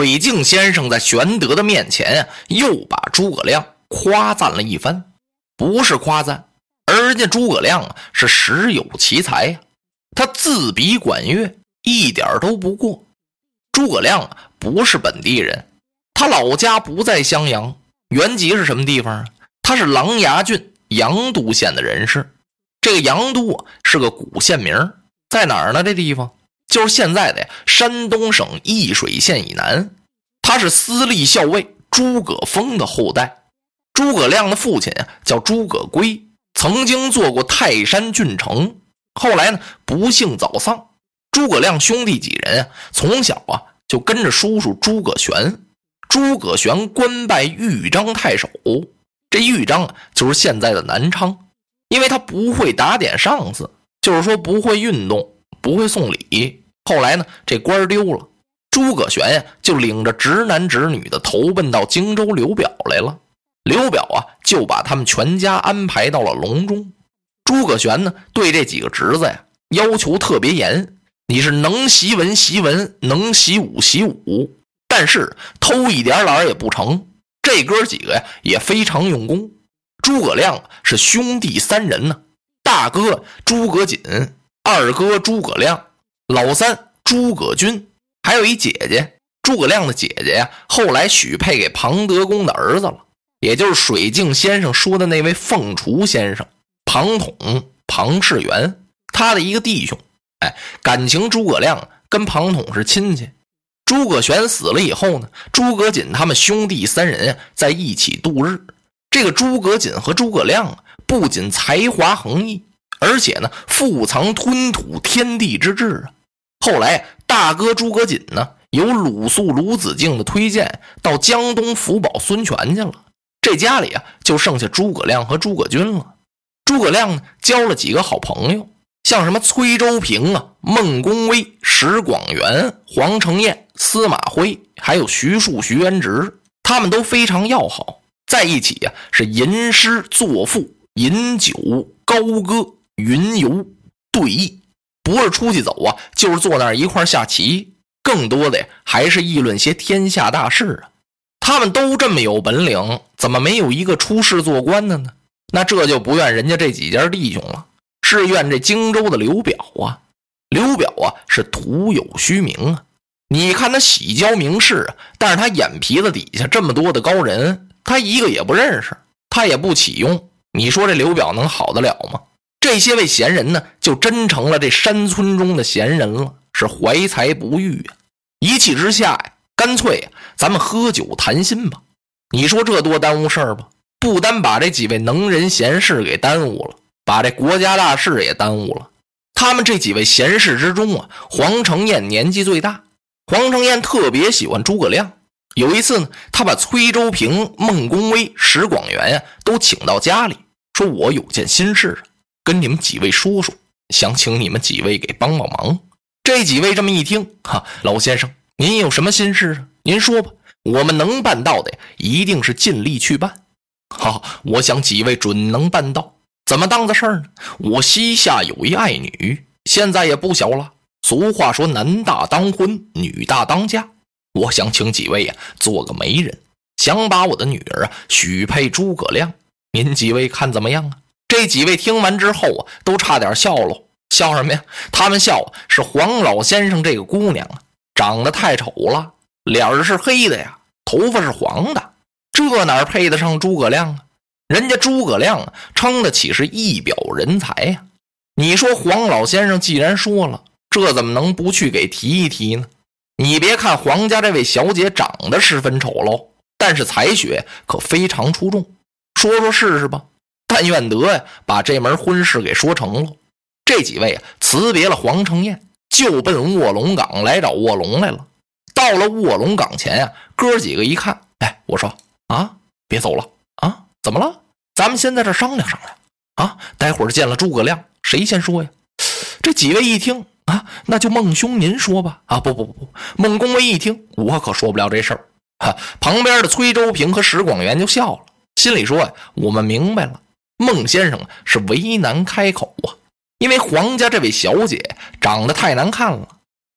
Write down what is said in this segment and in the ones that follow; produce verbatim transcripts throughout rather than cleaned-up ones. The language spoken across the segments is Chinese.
水镜先生在玄德的面前又把诸葛亮夸赞了一番。不是夸赞，而人家诸葛亮啊是实有其才呀、啊，他自比管乐，一点都不过。诸葛亮啊不是本地人，他老家不在襄阳，原籍是什么地方啊？他是琅琊郡阳都县的人士。这个阳都啊是个古县名，在哪儿呢？这地方就是现在的山东省易水县以南。他是司隶校尉诸葛丰的后代。诸葛亮的父亲啊叫诸葛圭，曾经做过泰山郡丞，后来呢不幸早丧。诸葛亮兄弟几人啊从小啊就跟着叔叔诸葛玄。诸葛玄官拜豫章太守，这豫章啊就是现在的南昌。因为他不会打点上司，就是说不会运动，不会送礼，后来呢这官丢了。诸葛玄呀就领着直男直女的投奔到荆州刘表来了。刘表啊就把他们全家安排到了隆中。诸葛玄呢对这几个侄子呀要求特别严，你是能习文习文，能习武习武，但是偷一点懒也不成。这哥几个呀也非常用功。诸葛亮是兄弟三人呢，大哥诸葛瑾，二哥诸葛亮，老三诸葛均，还有一姐姐。诸葛亮的姐姐呀后来许配给庞德公的儿子了，也就是水镜先生说的那位凤雏先生，庞统，庞士元，他的一个弟兄。哎，感情诸葛亮跟庞统是亲戚。诸葛玄死了以后呢，诸葛瑾他们兄弟三人在一起度日。这个诸葛瑾和诸葛亮啊，不仅才华横溢，而且呢腹藏吞吐天地之志啊。后来大哥诸葛瑾呢由鲁肃鲁子敬的推荐到江东辅保孙权去了，这家里啊就剩下诸葛亮和诸葛均了。诸葛亮呢交了几个好朋友，像什么崔州平啊、孟公威、石广元、黄承彦、司马徽，还有徐庶、徐元直，他们都非常要好，在一起啊是吟诗作赋、饮酒高歌、云游对弈，不是出去走啊就是坐那儿一块下棋，更多的还是议论些天下大事啊。他们都这么有本领，怎么没有一个出仕做官的呢？那这就不怨人家这几家弟兄了，是怨这荆州的刘表啊。刘表啊是徒有虚名啊，你看他喜交名士啊，但是他眼皮子底下这么多的高人，他一个也不认识，他也不启用，你说这刘表能好得了吗？这些位贤人呢就真成了这山村中的贤人了，是怀才不遇啊。一气之下呀，干脆呀咱们喝酒谈心吧。你说这多耽误事儿吧？不单把这几位能人贤士给耽误了，把这国家大事也耽误了。他们这几位贤士之中啊，黄承彦年纪最大。黄承彦特别喜欢诸葛亮，有一次呢，他把崔州平、孟公威、石广元呀、啊、都请到家里，说我有件心事跟你们几位说说，想请你们几位给帮帮忙。这几位这么一听，哈，老先生您有什么心事啊？您说吧，我们能办到的一定是尽力去办。好，我想几位准能办到。怎么当的事儿呢？我膝下有一爱女，现在也不小了。俗话说男大当婚，女大当嫁。我想请几位呀、啊、做个媒人，想把我的女儿啊许配诸葛亮。您几位看怎么样啊？这几位听完之后啊，都差点笑了。笑什么呀？他们笑是黄老先生这个姑娘啊，长得太丑了，脸儿是黑的呀，头发是黄的，这哪配得上诸葛亮啊？人家诸葛亮啊，称得起是一表人才呀、啊。你说黄老先生既然说了，这怎么能不去给提一提呢？你别看黄家这位小姐长得十分丑陋，但是才学可非常出众。说说试试吧，但愿得呀，把这门婚事给说成了。这几位啊，辞别了黄承彦，就奔卧龙岗来找卧龙来了。到了卧龙岗前啊，哥几个一看，哎，我说啊，别走了啊，怎么了？咱们先在这商量商量啊，待会儿见了诸葛亮，谁先说呀？这几位一听啊，那就孟兄您说吧。啊，不不不不，孟公威一听，我可说不了这事儿。哈，旁边的崔州平和石广元就笑了，心里说呀，我们明白了，孟先生是为难开口啊，因为黄家这位小姐长得太难看了，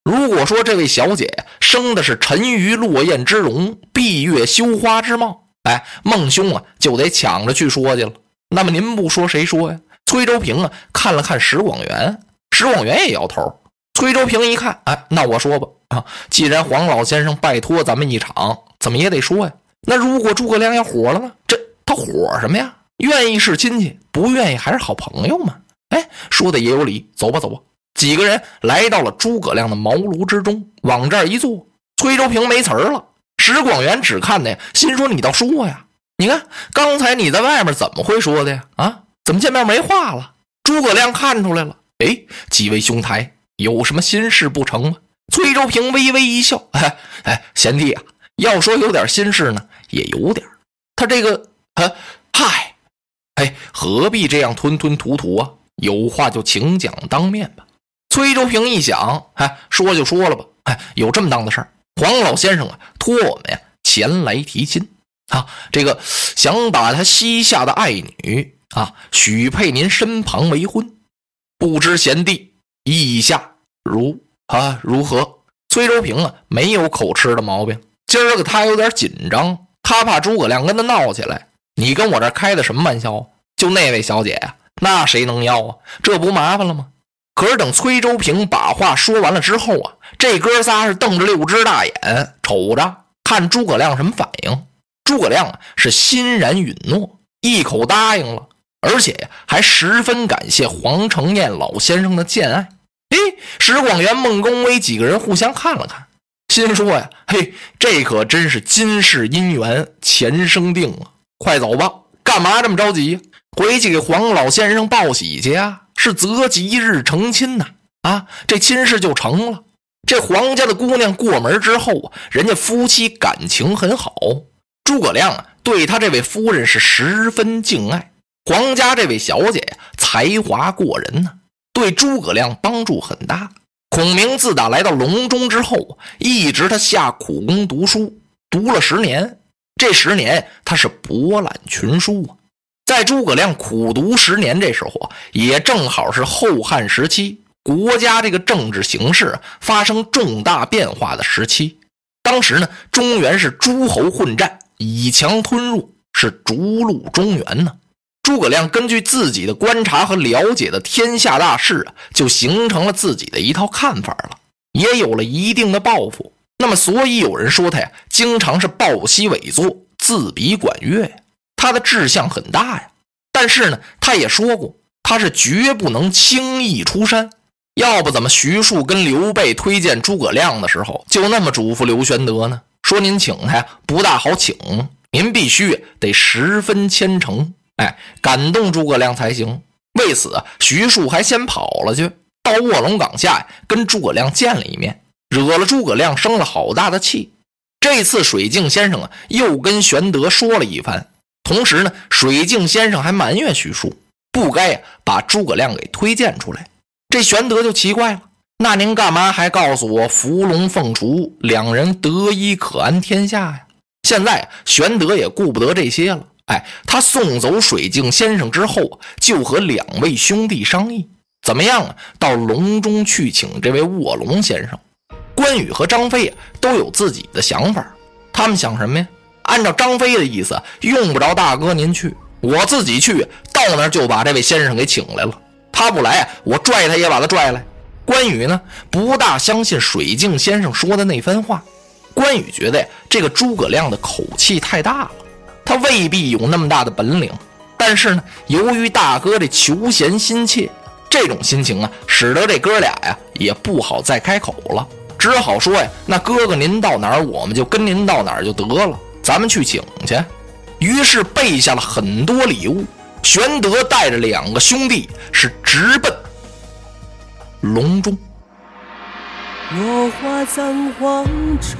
如果说这位小姐生的是沉鱼落雁之容，闭月羞花之貌，哎，孟兄啊就得抢着去说去了。那么您不说谁说呀？崔州平啊看了看石广元，石广元也摇头。崔州平一看，哎，那我说吧啊，既然黄老先生拜托咱们一场，怎么也得说呀。那如果诸葛亮要火了呢？这他火什么呀？愿意是亲戚，不愿意还是好朋友嘛。哎，说的也有理，走吧走吧。几个人来到了诸葛亮的茅庐之中，往这儿一坐，崔州平没词儿了。石广元只看的呀，心说你倒说呀，你看刚才你在外面怎么会说的呀？啊，怎么见面没话了？诸葛亮看出来了，哎，几位兄台有什么心事不成吗？崔州平微微一笑，哎哎，贤弟啊，要说有点心事呢，也有点。他这个，啊，嗨，哎，何必这样吞吞吐吐啊？有话就请讲当面吧。崔州平一想，哎，说就说了吧，哎，有这么当的事儿，黄老先生啊，托我们呀前来提亲啊，这个想把他膝下的爱女啊许配您身旁为婚，不知贤弟意下如啊如何？崔州平啊没有口吃的毛病，今儿个他有点紧张，他怕诸葛亮跟他闹起来。你跟我这开的什么玩笑？就那位小姐啊，那谁能要啊？这不麻烦了吗？可是等崔州平把话说完了之后啊，这哥仨是瞪着六只大眼瞅着看诸葛亮什么反应。诸葛亮啊是欣然允诺，一口答应了，而且呀还十分感谢黄承彦老先生的建爱。嘿，石广元、孟公威几个人互相看了看，心说呀，嘿，这可真是今世姻缘前生定啊！快走吧，干嘛这么着急呀？回去给黄老先生报喜去啊！是择吉日成亲呐！啊，这亲事就成了。这黄家的姑娘过门之后啊，人家夫妻感情很好。诸葛亮啊，对他这位夫人是十分敬爱。黄家这位小姐呀、啊，才华过人呢、啊，对诸葛亮帮助很大。孔明自打来到隆中之后，一直他下苦功读书，读了十年。这十年他是博览群书啊。在诸葛亮苦读十年这时候啊，也正好是后汉时期，国家这个政治形势发生重大变化的时期。当时呢，中原是诸侯混战，以强吞弱，是逐鹿中原呢。诸葛亮根据自己的观察和了解的天下大势啊，就形成了自己的一套看法了，也有了一定的抱负。那么，所以有人说他呀，经常是抱膝委坐，自比管乐呀。他的志向很大呀，但是呢，他也说过，他是绝不能轻易出山。要不怎么徐庶跟刘备推荐诸葛亮的时候，就那么嘱咐刘玄德呢？说您请他呀，不大好请，您必须得十分虔诚，哎，感动诸葛亮才行。为此，徐庶还先跑了去，到卧龙岗下跟诸葛亮见了一面，惹了诸葛亮生了好大的气。这次水镜先生啊，又跟玄德说了一番。同时呢，水镜先生还埋怨徐庶不该呀把诸葛亮给推荐出来。这玄德就奇怪了，那您干嘛还告诉我伏龙凤雏，两人得一可安天下呀？现在玄德也顾不得这些了，哎，他送走水镜先生之后，就和两位兄弟商议，怎么样啊？到隆中去请这位卧龙先生。关羽和张飞都有自己的想法，他们想什么呀？按照张飞的意思，用不着大哥您去，我自己去，到那儿就把这位先生给请来了。他不来，我拽他也把他拽来。关羽呢，不大相信水镜先生说的那番话。关羽觉得呀，这个诸葛亮的口气太大了，他未必有那么大的本领。但是呢，由于大哥这求贤心切，这种心情啊，使得这哥俩呀也不好再开口了，只好说呀，那哥哥您到哪儿，我们就跟您到哪儿就得了。咱们去请去。于是备下了很多礼物，玄德带着两个兄弟是直奔隆中。 落花葬黄冢，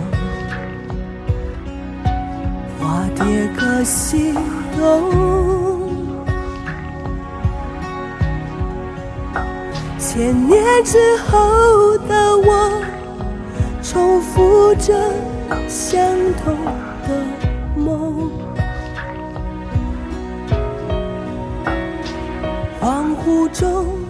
花蝶各西东。千年之后的我，重复着相同的梦，恍惚中